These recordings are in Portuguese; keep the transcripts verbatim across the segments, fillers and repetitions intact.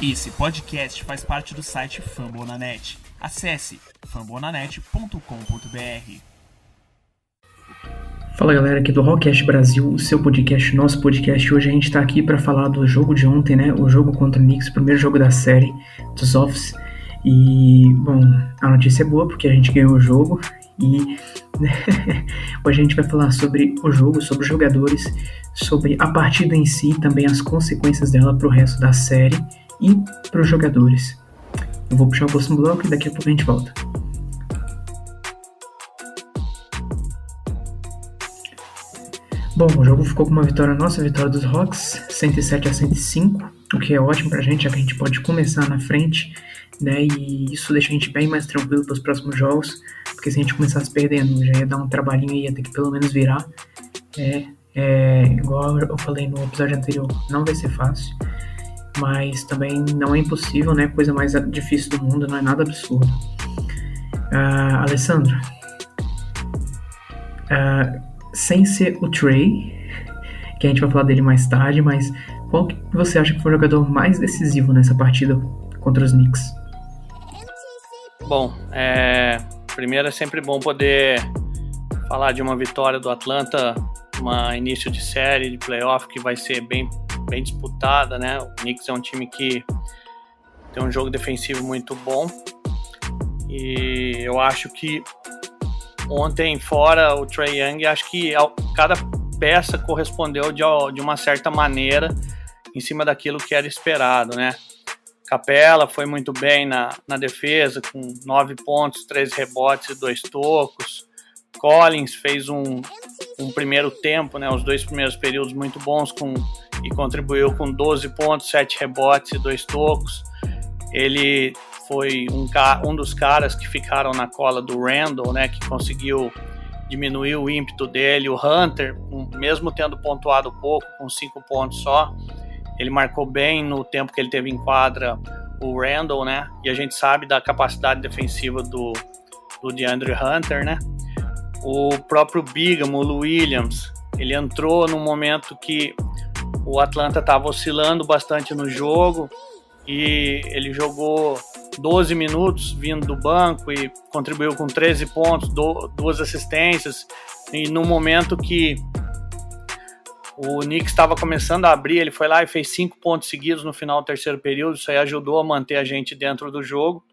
Esse podcast faz parte do site Fambonanet. Acesse fambonanet ponto com ponto b r. Fala galera, aqui do Rockcast Brasil, o seu podcast, nosso podcast. Hoje a gente tá aqui para falar do jogo de ontem, né? O jogo contra o Knicks, o primeiro jogo da série dos Offs. E, bom, a notícia é boa porque a gente ganhou o jogo. E hoje a gente vai falar sobre o jogo, sobre os jogadores, sobre a partida em si, também as consequências dela pro resto da série e pros jogadores. Eu vou puxar o próximo bloco e daqui a pouco a gente volta. Bom, o jogo ficou com uma vitória nossa, a vitória dos Hawks, cento e sete a cento e cinco, o que é ótimo pra gente, já que a gente pode começar na frente, né, e isso deixa a gente bem mais tranquilo para os próximos jogos, porque se a gente começasse perdendo, já ia dar um trabalhinho e ia ter que pelo menos virar. É, é, igual eu falei no episódio anterior, não vai ser fácil, mas também não é impossível, né, coisa mais difícil do mundo, não é nada absurdo. Uh, Alessandro, uh, sem ser o Trey, que a gente vai falar dele mais tarde, mas qual que você acha que foi o jogador mais decisivo nessa partida contra os Knicks? Bom, é, primeiro é sempre bom poder falar de uma vitória do Atlanta, um início de série, de playoff que vai ser bem, bem disputada, né? O Knicks é um time que tem um jogo defensivo muito bom e eu acho que ontem, fora o Trae Young, acho que cada peça correspondeu de, de uma certa maneira em cima daquilo que era esperado, né? Capela foi muito bem na, na defesa, com nove pontos, três rebotes e dois tocos. Collins fez um, um primeiro tempo, né, os dois primeiros períodos muito bons com, e contribuiu com doze pontos, sete rebotes e dois tocos. Ele foi um, um dos caras que ficaram na cola do Randle, né, que conseguiu diminuir o ímpeto dele. O Hunter, mesmo tendo pontuado pouco, com cinco pontos só, ele marcou bem no tempo que ele teve em quadra o Randle, né? E a gente sabe da capacidade defensiva do, do DeAndre Hunter, né? O próprio Bigham, o Lou Williams, ele entrou num momento que o Atlanta estava oscilando bastante no jogo e ele jogou doze minutos vindo do banco e contribuiu com treze pontos, do, duas assistências, e no momento que o Knicks estava começando a abrir, ele foi lá e fez cinco pontos seguidos no final do terceiro período. Isso aí ajudou a manter a gente dentro do jogo.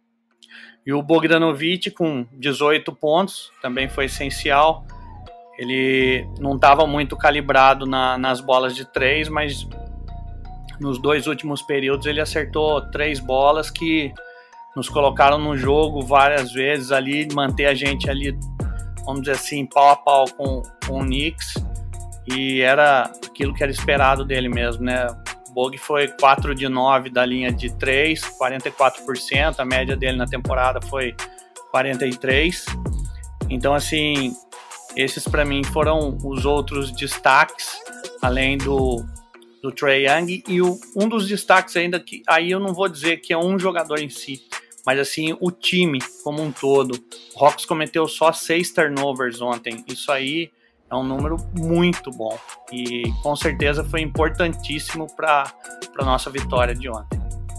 E o Bogdanovic com dezoito pontos, também foi essencial. Ele não estava muito calibrado na, nas bolas de três, mas nos dois últimos períodos ele acertou três bolas que nos colocaram no jogo várias vezes ali, manter a gente ali, vamos dizer assim, pau a pau com, com o Knicks. E era aquilo que era esperado dele mesmo, né? O Bog foi quatro de nove da linha de três, quarenta e quatro por cento, a média dele na temporada foi quarenta e três por cento. Então, assim, esses para mim foram os outros destaques, além do, do Trae Young. E o, um dos destaques ainda, que aí eu não vou dizer que é um jogador em si, mas assim, o time como um todo. O Hawks cometeu só seis turnovers ontem, isso aí é um número muito bom e com certeza foi importantíssimo para a nossa vitória de ontem.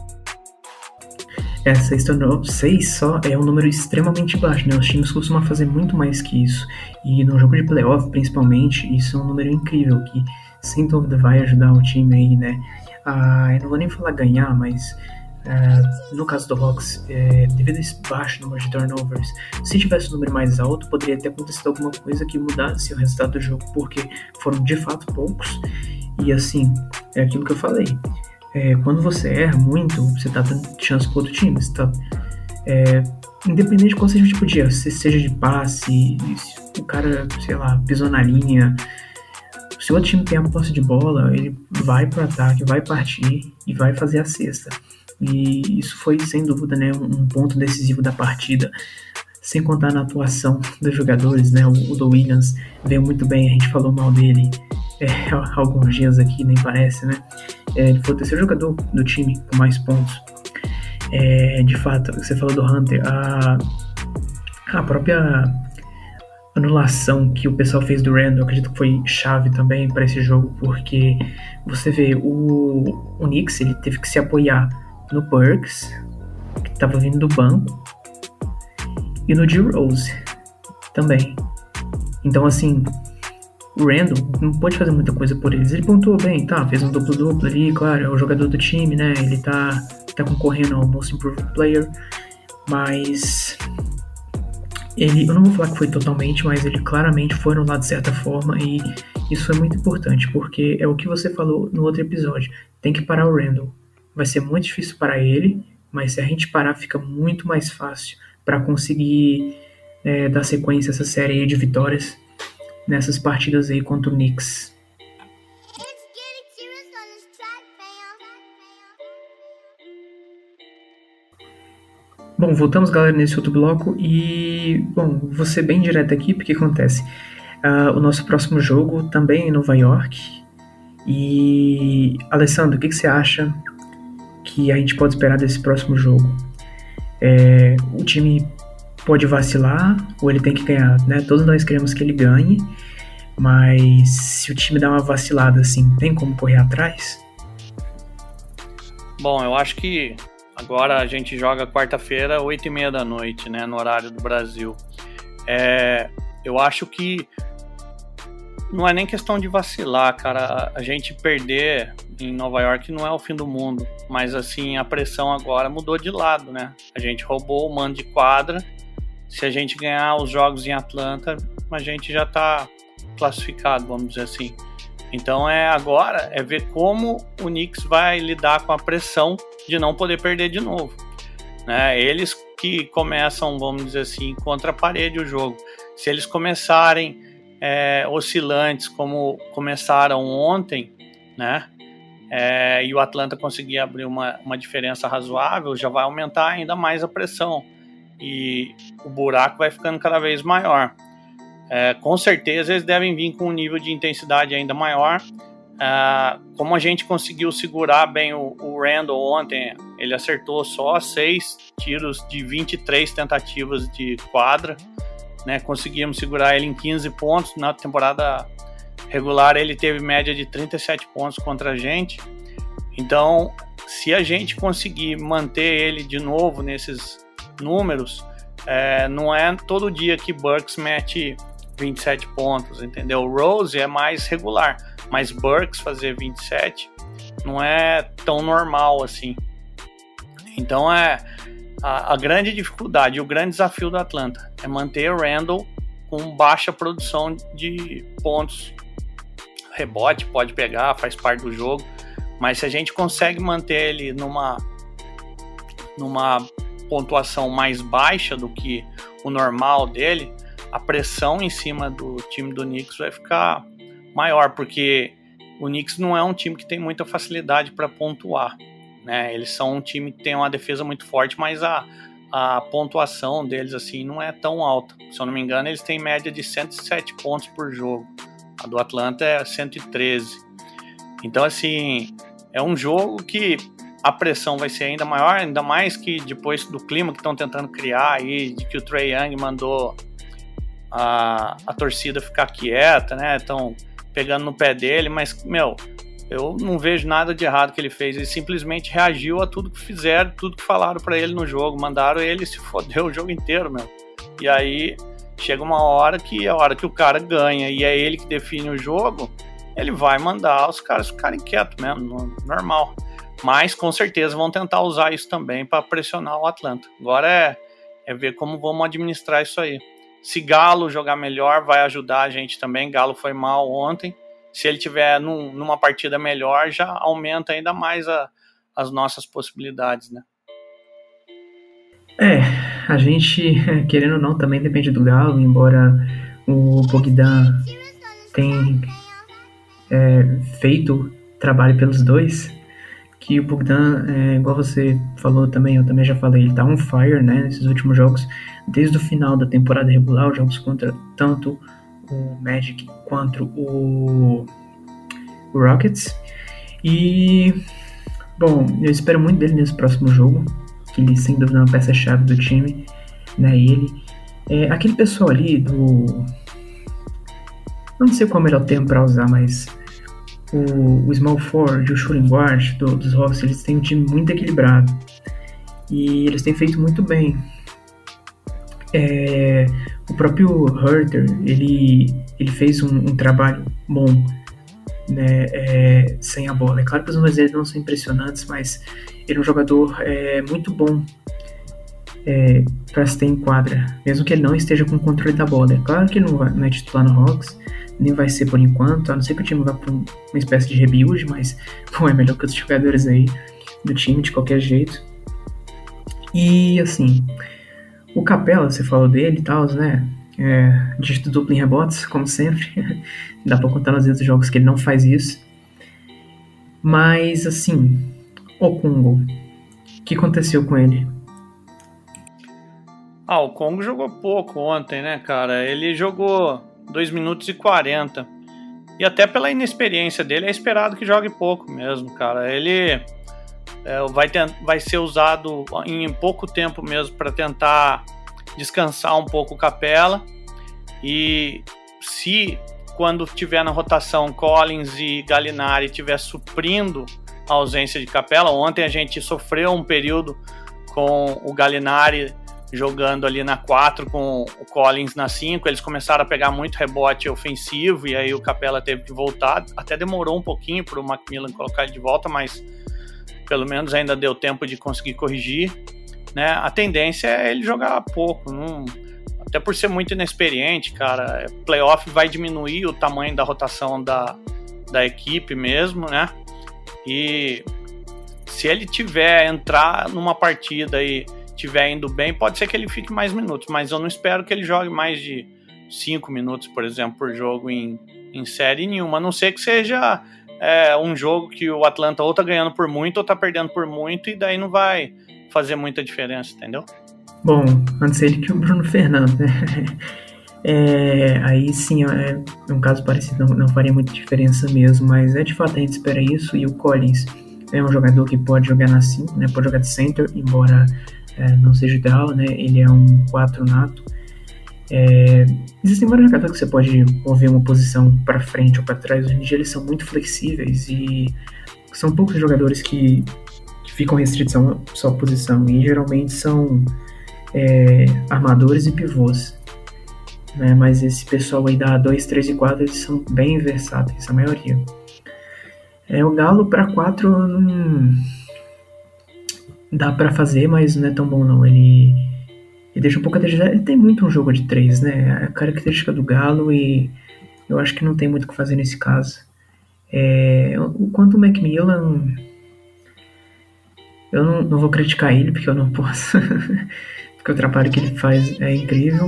É, seis, seis só é um número extremamente baixo, né? Os times costumam fazer muito mais que isso. E no jogo de playoff, principalmente, isso é um número incrível que, sem dúvida, vai ajudar o time aí, né? Ah, eu não vou nem falar ganhar, mas Uh, no caso do Hawks, é, devido a esse baixo número de turnovers, se tivesse um número mais alto, poderia ter acontecido alguma coisa que mudasse o resultado do jogo, porque foram de fato poucos. E assim, é aquilo que eu falei, é, quando você erra muito, você tá dando chance pro outro time, você tá, é, independente de qual seja o tipo de erro, se seja de passe, se o cara, sei lá, pisou na linha, se o outro time tem a posse de bola, ele vai pro ataque, vai partir e vai fazer a cesta. E isso foi, sem dúvida, né, um ponto decisivo da partida, sem contar na atuação dos jogadores, né? O, o Lou Williams veio muito bem, a gente falou mal dele é, há alguns dias aqui, nem parece, né? É, ele foi o terceiro jogador do time com mais pontos. É, de fato, você falou do Hunter, a, a própria anulação que o pessoal fez do Randle, acredito que foi chave também para esse jogo, porque você vê, o, o Knicks ele teve que se apoiar no Burks, que estava vindo do banco, e no D-Rose também. Então, assim, o Randle não pode fazer muita coisa por eles. Ele pontuou bem, tá, fez um duplo-duplo ali, claro, é o jogador do time, né, ele tá, tá concorrendo ao Most Improved Player, mas ele, eu não vou falar que foi totalmente, mas ele claramente foi anulado de certa forma, e isso é muito importante, porque é o que você falou no outro episódio, tem que parar o Randle. Vai ser muito difícil parar ele, mas se a gente parar fica muito mais fácil para conseguir é, dar sequência a essa série aí de vitórias nessas partidas aí contra o Knicks. Bom, voltamos, galera, nesse outro bloco e, bom, vou ser bem direto aqui, porque acontece, uh, o nosso próximo jogo também é em Nova York, e, Alessandro, o que, que você acha que a gente pode esperar desse próximo jogo? É, o time pode vacilar ou ele tem que ganhar, né? Todos nós queremos que ele ganhe, mas se o time dá uma vacilada assim, tem como correr atrás? Bom, eu acho que agora a gente joga quarta-feira, oito e meia da noite, né, no horário do Brasil. É, eu acho que não é nem questão de vacilar, cara. A gente perder em Nova York não é o fim do mundo, mas assim, a pressão agora mudou de lado, né? A gente roubou o mando de quadra. Se a gente ganhar os jogos em Atlanta, a gente já tá classificado, vamos dizer assim. Então é agora é ver como o Knicks vai lidar com a pressão de não poder perder de novo, né? Eles que começam, vamos dizer assim, contra a parede o jogo. Se eles começarem é, oscilantes como começaram ontem, né? É, e o Atlanta conseguir abrir uma, uma diferença razoável, já vai aumentar ainda mais a pressão e o buraco vai ficando cada vez maior. É, com certeza eles devem vir com um nível de intensidade ainda maior. É, como a gente conseguiu segurar bem o, o Randle ontem, ele acertou só seis tiros de vinte e três tentativas de quadra, né? Conseguimos segurar ele em quinze pontos. Na temporada regular ele teve média de trinta e sete pontos contra a gente. Então, se a gente conseguir manter ele de novo nesses números, é, não é todo dia que Burks mete vinte e sete pontos, entendeu? O Rose é mais regular, mas Burks fazer vinte e sete não é tão normal assim. Então é a, a grande dificuldade, o grande desafio do Atlanta é manter o Randle com baixa produção de pontos. Rebote pode pegar, faz parte do jogo, mas se a gente consegue manter ele numa numa pontuação mais baixa do que o normal dele, a pressão em cima do time do Knicks vai ficar maior, porque o Knicks não é um time que tem muita facilidade para pontuar, né? Eles são um time que tem uma defesa muito forte, mas a, a pontuação deles assim não é tão alta. Se eu não me engano, eles têm média de cento e sete pontos por jogo. A do Atlanta é cento e treze. Então, assim, é um jogo que a pressão vai ser ainda maior, ainda mais que depois do clima que estão tentando criar aí, de que o Trae Young mandou a, a torcida ficar quieta, né? Estão pegando no pé dele, mas, meu, eu não vejo nada de errado que ele fez. Ele simplesmente reagiu a tudo que fizeram, tudo que falaram pra ele no jogo. Mandaram ele se foder o jogo inteiro, meu. E aí chega uma hora que a hora que o cara ganha e é ele que define o jogo, ele vai mandar os caras ficarem quietos mesmo, normal. Mas com certeza vão tentar usar isso também para pressionar o Atlanta. Agora é, é ver como vamos administrar isso aí. Se Galo jogar melhor, vai ajudar a gente também. Galo foi mal ontem. Se ele tiver num, numa partida melhor, já aumenta ainda mais a, as nossas possibilidades, né? É, a gente, querendo ou não, também depende do Galo, embora o Bogdan tenha é, feito trabalho pelos dois, que o Bogdan, é, igual você falou também, eu também já falei, ele tá on fire, né, nesses últimos jogos, desde o final da temporada regular, os jogos contra tanto o Magic quanto o, o Rockets. E, bom, eu espero muito dele nesse próximo jogo, que ele sem dúvida é uma peça-chave do time, né, e ele, é, aquele pessoal ali do, não sei qual é o melhor termo para usar, mas o, o small forward e o shooting guard do, dos Hawks, eles têm um time muito equilibrado e eles têm feito muito bem. É, o próprio Huerter, ele, ele fez um, um trabalho bom, né, é, sem a bola. É claro que os números dele não são impressionantes, mas ele é um jogador é, muito bom é, para se ter em quadra, mesmo que ele não esteja com o controle da bola. É claro que ele não, vai, não é titular no Hawks, nem vai ser por enquanto, a não ser que o time vá para uma espécie de rebuild, mas bom, é melhor que os jogadores aí do time de qualquer jeito. E assim, o Capela, você falou dele e tal, né? É, dígito duplo em rebotes, como sempre. Dá pra contar nos dedos dos jogos que ele não faz isso. Mas, assim, o Congo, o que aconteceu com ele? Ah, o Congo jogou pouco ontem, né, cara? Ele jogou dois minutos e quarenta. E até pela inexperiência dele, é esperado que jogue pouco mesmo, cara. Ele é, vai, ter, vai ser usado em pouco tempo mesmo para tentar descansar um pouco o Capela, e se quando tiver na rotação Collins e Gallinari estiver suprindo a ausência de Capela, ontem a gente sofreu um período com o Gallinari jogando ali na quatro com o Collins na cinco, eles começaram a pegar muito rebote ofensivo e aí o Capela teve que voltar, até demorou um pouquinho para o Macmillan colocar ele de volta, mas pelo menos ainda deu tempo de conseguir corrigir. Né? A tendência é ele jogar pouco, não, até por ser muito inexperiente, cara. Playoff vai diminuir o tamanho da rotação da, da equipe mesmo, né? E se ele tiver entrar numa partida e tiver indo bem, pode ser que ele fique mais minutos, mas eu não espero que ele jogue mais de cinco minutos, por exemplo, por jogo em, em série nenhuma, a não ser que seja é, um jogo que o Atlanta ou tá ganhando por muito ou tá perdendo por muito, e daí não vai fazer muita diferença, entendeu? Bom, antes ele que o Bruno Fernandes, né? É, aí sim, é um caso parecido, não, não faria muita diferença mesmo, mas é de fato a gente espera isso, e o Collins é um jogador que pode jogar na cinco, né? Pode jogar de center, embora é, não seja ideal, né? Ele é um quatro nato. É, existem vários jogadores que você pode mover uma posição para frente ou para trás. Hoje em dia eles são muito flexíveis e são poucos jogadores que ficam restritos a uma só posição, e geralmente são é, armadores e pivôs, né? Mas esse pessoal aí da dois, três e quatro, eles são bem versáteis, a maioria. É, o Galo para quatro hum, dá para fazer, mas não é tão bom não, ele, ele deixa um pouco a desejar. Ele tem muito um jogo de três, né? A característica do Galo, e eu acho que não tem muito o que fazer nesse caso. É, o quanto o Macmillan, eu não, não vou criticar ele, porque eu não posso, porque o trabalho que ele faz é incrível,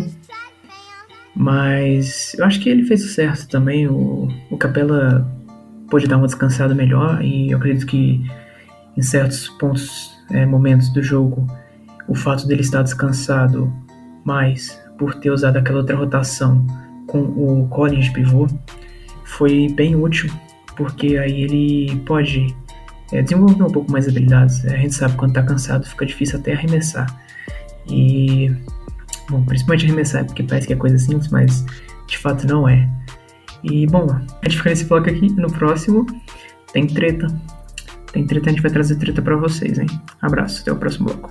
mas eu acho que ele fez o certo também. O, o Capela pôde dar uma descansada melhor, e eu acredito que em certos pontos, é, momentos do jogo, o fato dele estar descansado mais por ter usado aquela outra rotação com o Collins de pivô foi bem útil, porque aí ele pode É, desenvolver um pouco mais habilidades. A gente sabe, quando tá cansado fica difícil até arremessar, e bom, principalmente arremessar, porque parece que é coisa simples, mas de fato não é. E bom, a gente fica nesse bloco aqui. No próximo tem treta tem treta, a gente vai trazer treta pra vocês, hein? Abraço, até o próximo bloco.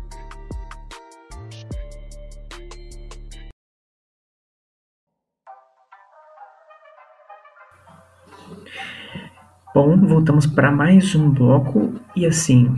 Bom, voltamos para mais um bloco, e assim...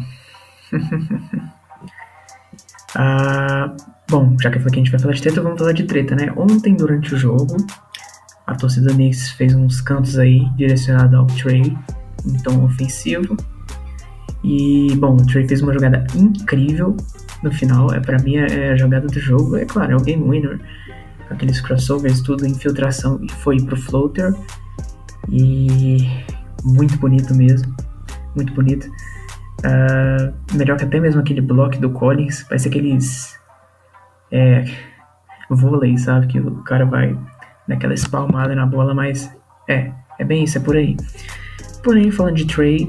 ah, bom, já que eu falei que a gente vai falar de treta, vamos falar de treta, né? Ontem, durante o jogo, a torcida do Knicks fez uns cantos aí direcionados ao Trae, em tom ofensivo. E, bom, o Trae fez uma jogada incrível no final. É, para mim, é a jogada do jogo. É claro, é o game winner, com aqueles crossovers, tudo, infiltração, e foi pro floater. E... muito bonito mesmo, muito bonito. Uh, melhor que até mesmo aquele bloco do Collins. Parece aqueles é, vôlei, sabe? Que o cara vai naquela espalmada na bola, mas é, é bem isso, é por aí. Porém, falando de Trae,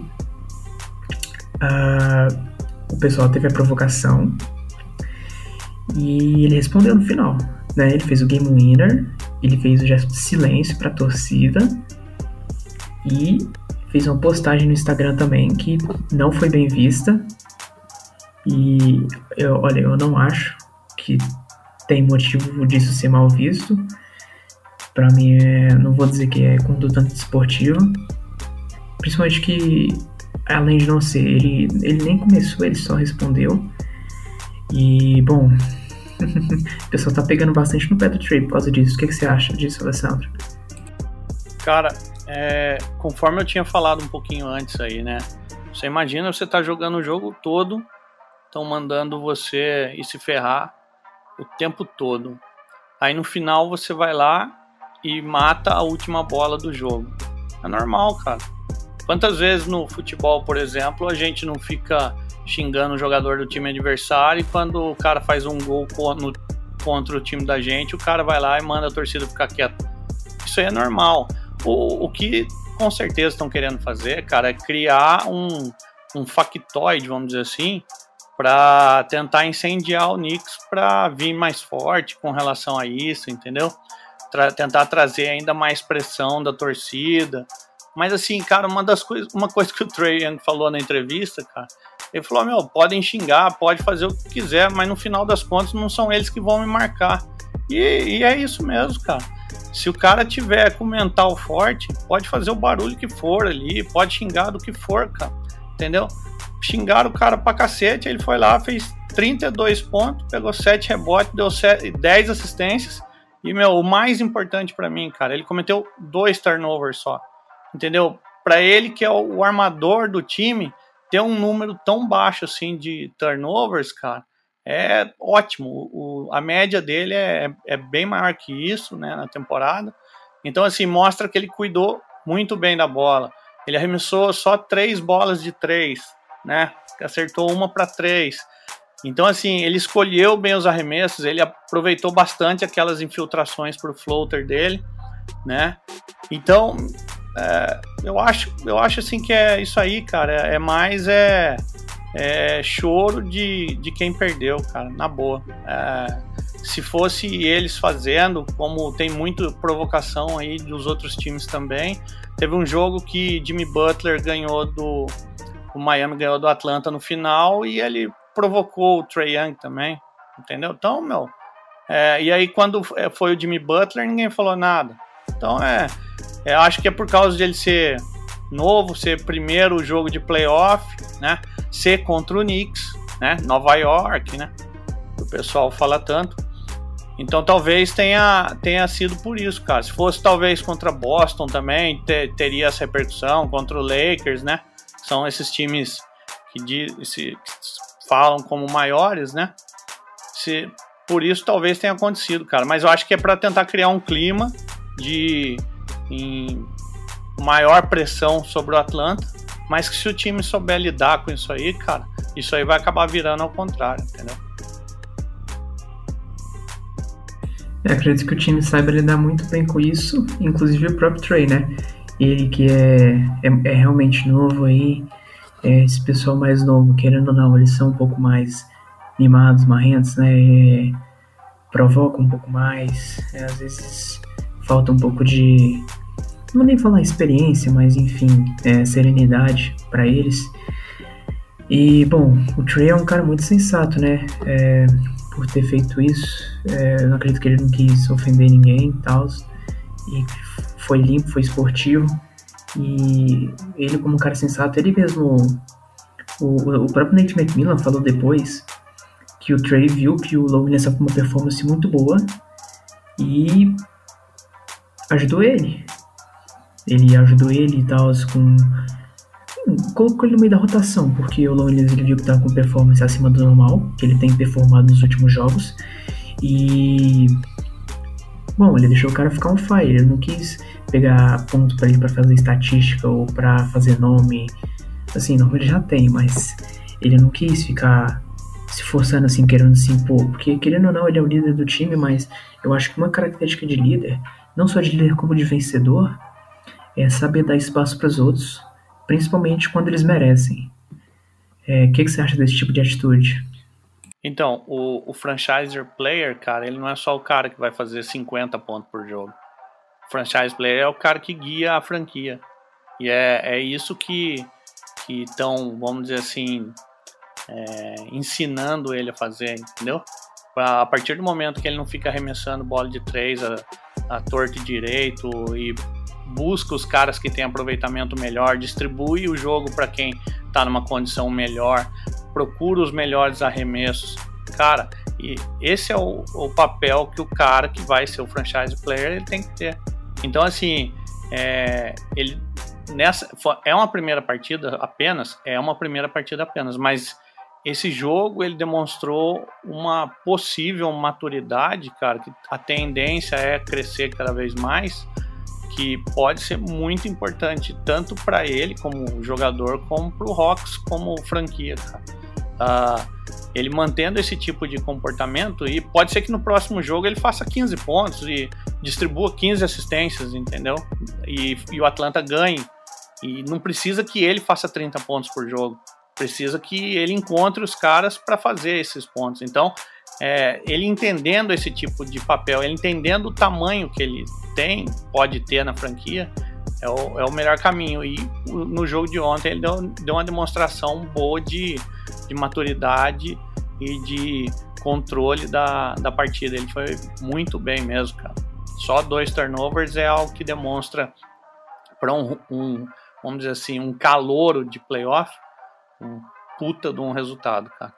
uh, o pessoal teve a provocação e ele respondeu no final, né? Ele fez o game winner ele fez o gesto de silêncio para a torcida e fez uma postagem no Instagram também que não foi bem vista. E eu, olha, eu não acho que tem motivo disso ser mal visto. Para mim, é, não vou dizer que é conduta antidesportiva, principalmente que, além de não ser, ele, ele nem começou, ele só respondeu. E, bom, o pessoal tá pegando bastante no pé do Trae por causa disso. O que, que você acha disso, Alessandro? Cara, é, conforme eu tinha falado um pouquinho antes aí, né? Você imagina, você tá jogando o jogo todo, estão mandando você ir se ferrar o tempo todo. Aí no final você vai lá e mata a última bola do jogo. É normal, cara. Quantas vezes no futebol, por exemplo, a gente não fica xingando o jogador do time adversário e quando o cara faz um gol contra o time da gente, o cara vai lá e manda a torcida ficar quieta. Isso aí é normal. O, o que com certeza estão querendo fazer, cara, é criar um, um factoide, vamos dizer assim, para tentar incendiar o Knicks para vir mais forte com relação a isso, entendeu? Tra- tentar trazer ainda mais pressão da torcida. Mas assim, cara, uma das coisas, uma coisa que o Trae Young falou na entrevista, cara, ele falou, meu, podem xingar, pode fazer o que quiser, mas no final das contas não são eles que vão me marcar. E, e é isso mesmo, cara. Se o cara tiver com o mental forte, pode fazer o barulho que for ali, pode xingar do que for, cara, entendeu? Xingaram o cara pra cacete, ele foi lá, fez trinta e dois pontos, pegou sete rebotes, deu dez assistências, e, meu, o mais importante pra mim, cara, ele cometeu dois turnovers só, entendeu? Pra ele, que é o armador do time, ter um número tão baixo assim de turnovers, cara, é ótimo. O, a média dele é, é bem maior que isso, né, na temporada. Então, assim, mostra que ele cuidou muito bem da bola. Ele arremessou só três bolas de três, né? Acertou uma para três. Então, assim, ele escolheu bem os arremessos, ele aproveitou bastante aquelas infiltrações pro floater dele, né? Então, é, eu acho, eu acho assim que é isso aí, cara. É, é mais é, é choro de, de quem perdeu, cara, na boa. É, se fosse eles fazendo, como tem muita provocação aí dos outros times também. Teve um jogo que Jimmy Butler ganhou do... O Miami ganhou do Atlanta no final e ele provocou o Trae Young também, entendeu? Então, meu... É, e aí, quando foi o Jimmy Butler, ninguém falou nada. Então, é... é acho que é por causa de ele ser novo, ser primeiro jogo de playoff, né? Ser contra o Knicks, né? Nova York, né? O pessoal fala tanto. Então, talvez tenha, tenha sido por isso, cara. Se fosse, talvez, contra Boston também, ter, teria essa repercussão. Contra o Lakers, né? São esses times que, diz, que falam como maiores, né? Se, por isso talvez tenha acontecido, cara. Mas eu acho que é para tentar criar um clima de em maior pressão sobre o Atlanta. Mas que se o time souber lidar com isso aí, cara, isso aí vai acabar virando ao contrário, entendeu? Eu acredito que o time saiba lidar muito bem com isso, inclusive o próprio Trae, né? Ele que é, é, é realmente novo aí, é, esse pessoal mais novo, querendo ou não, eles são um pouco mais mimados, marrentos, né? É, provocam um pouco mais, é, às vezes falta um pouco de, não vou nem falar experiência, mas enfim, é, serenidade para eles. E, bom, o Trae é um cara muito sensato, né? É, por ter feito isso, é, eu não acredito que ele não quis ofender ninguém e tal, e foi limpo, foi esportivo, e ele como um cara sensato, ele mesmo, o, o próprio Nate McMillan falou depois que o Trae viu que o Low Williams estava com uma performance muito boa e ajudou ele, ele ajudou ele e tal, com, colocou ele no meio da rotação, porque o Low Williams ele viu que estava com performance acima do normal, que ele tem performado nos últimos jogos, e bom, ele deixou o cara ficar on fire, ele não quis pegar ponto pra ele pra fazer estatística ou pra fazer nome, assim, nome ele já tem, mas ele não quis ficar se forçando assim, querendo se impor, porque querendo ou não, ele é o líder do time, mas eu acho que uma característica de líder, não só de líder como de vencedor, é saber dar espaço pros outros, principalmente quando eles merecem. O é, que, que você acha desse tipo de atitude? Então, o, o franchise player, cara, ele não é só o cara que vai fazer cinquenta pontos por jogo. O franchise player é o cara que guia a franquia. E é, é isso que estão, vamos dizer assim, é, ensinando ele a fazer, entendeu? A partir do momento que ele não fica arremessando bola de três a, a torto e direito e busca os caras que têm aproveitamento melhor, distribui o jogo para quem está numa condição melhor, procura os melhores arremessos, cara, e esse é o, o papel que o cara que vai ser o franchise player ele tem que ter. Então assim, é, ele nessa é uma primeira partida apenas, é uma primeira partida apenas, mas esse jogo ele demonstrou uma possível maturidade, cara, que a tendência é crescer cada vez mais, que pode ser muito importante tanto para ele como jogador, como para o Hawks como franquia, cara. Uh, ele mantendo esse tipo de comportamento, e pode ser que no próximo jogo ele faça quinze pontos e distribua quinze assistências, entendeu? E, e o Atlanta ganhe. E não precisa que ele faça trinta pontos por jogo, precisa que ele encontre os caras para fazer esses pontos. Então, é, ele entendendo esse tipo de papel, ele entendendo o tamanho que ele tem, pode ter na franquia, é o, é o melhor caminho. E no jogo de ontem ele deu, deu uma demonstração boa de, de maturidade e de controle da, da partida. Ele foi muito bem mesmo, cara. Só dois turnovers é algo que demonstra para um, um, vamos dizer assim, um calouro de playoff, um puta de um resultado, cara.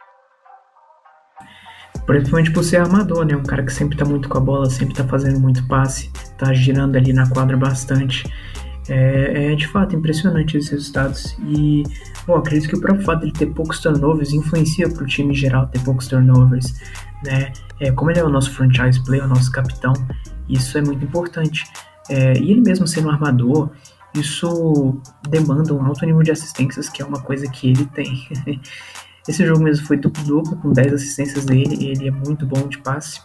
Principalmente por ser armador, né? Um cara que sempre tá muito com a bola, sempre tá fazendo muito passe, tá girando ali na quadra bastante. É, é de fato impressionante esses resultados. E, bom, acredito que o próprio fato de ele ter poucos turnovers influencia pro time em geral ter poucos turnovers, né? É, como ele é o nosso franchise player, o nosso capitão, isso é muito importante. É, e ele mesmo sendo um armador, isso demanda um alto nível de assistências, que é uma coisa que ele tem. Esse jogo mesmo foi duplo-duplo, com dez assistências dele, ele é muito bom de passe.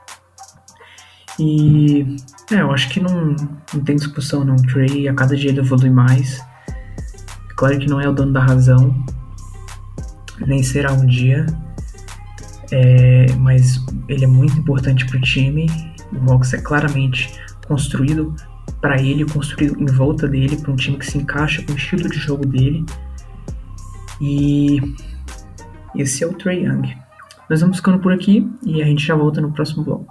E é, eu acho que não, não tem discussão não, o Trae a cada dia ele evolui mais. É claro que não é o dono da razão, nem será um dia, é, mas ele é muito importante para o time. O Hawks é claramente construído para ele, construído em volta dele, para um time que se encaixa com o estilo de jogo dele. E esse é o Trae Young. Nós vamos ficando por aqui e a gente já volta no próximo bloco.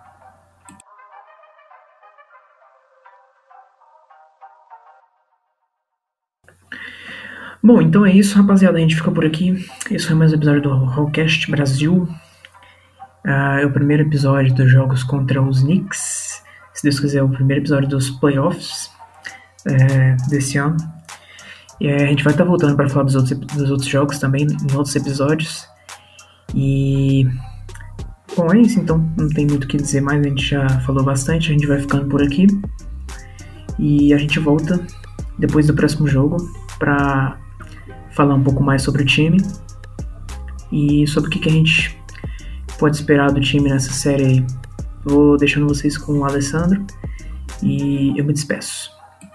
Bom, então é isso, rapaziada. A gente fica por aqui. Esse foi mais um episódio do Hawkcast Brasil. Uh, é o primeiro episódio dos jogos contra os Knicks. Se Deus quiser, é o primeiro episódio dos playoffs é, desse ano. E a gente vai estar tá voltando para falar dos outros, dos outros jogos também, em outros episódios. E, bom, é isso, então não tem muito o que dizer mais, a gente já falou bastante, a gente vai ficando por aqui. E a gente volta depois do próximo jogo para falar um pouco mais sobre o time e sobre o que, que a gente pode esperar do time nessa série aí. Vou deixando vocês com o Alessandro e eu me despeço.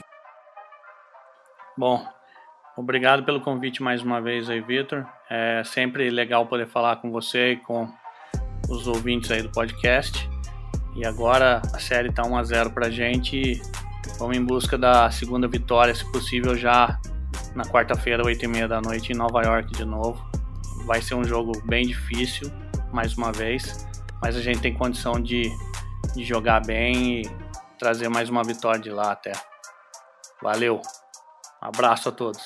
Bom, obrigado pelo convite mais uma vez aí, Vitor. É sempre legal poder falar com você e com os ouvintes aí do podcast. E agora a série tá um a zero pra gente. Vamos em busca da segunda vitória, se possível, já na quarta-feira, oito e meia da noite, em Nova York de novo. Vai ser um jogo bem difícil, mais uma vez, mas a gente tem condição de, de jogar bem e trazer mais uma vitória de lá até. Valeu, um abraço a todos.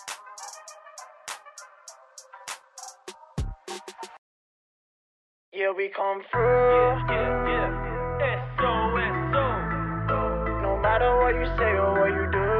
Yeah, we come through. Yeah, yeah, yeah. S O S O. No matter what you say or what you do.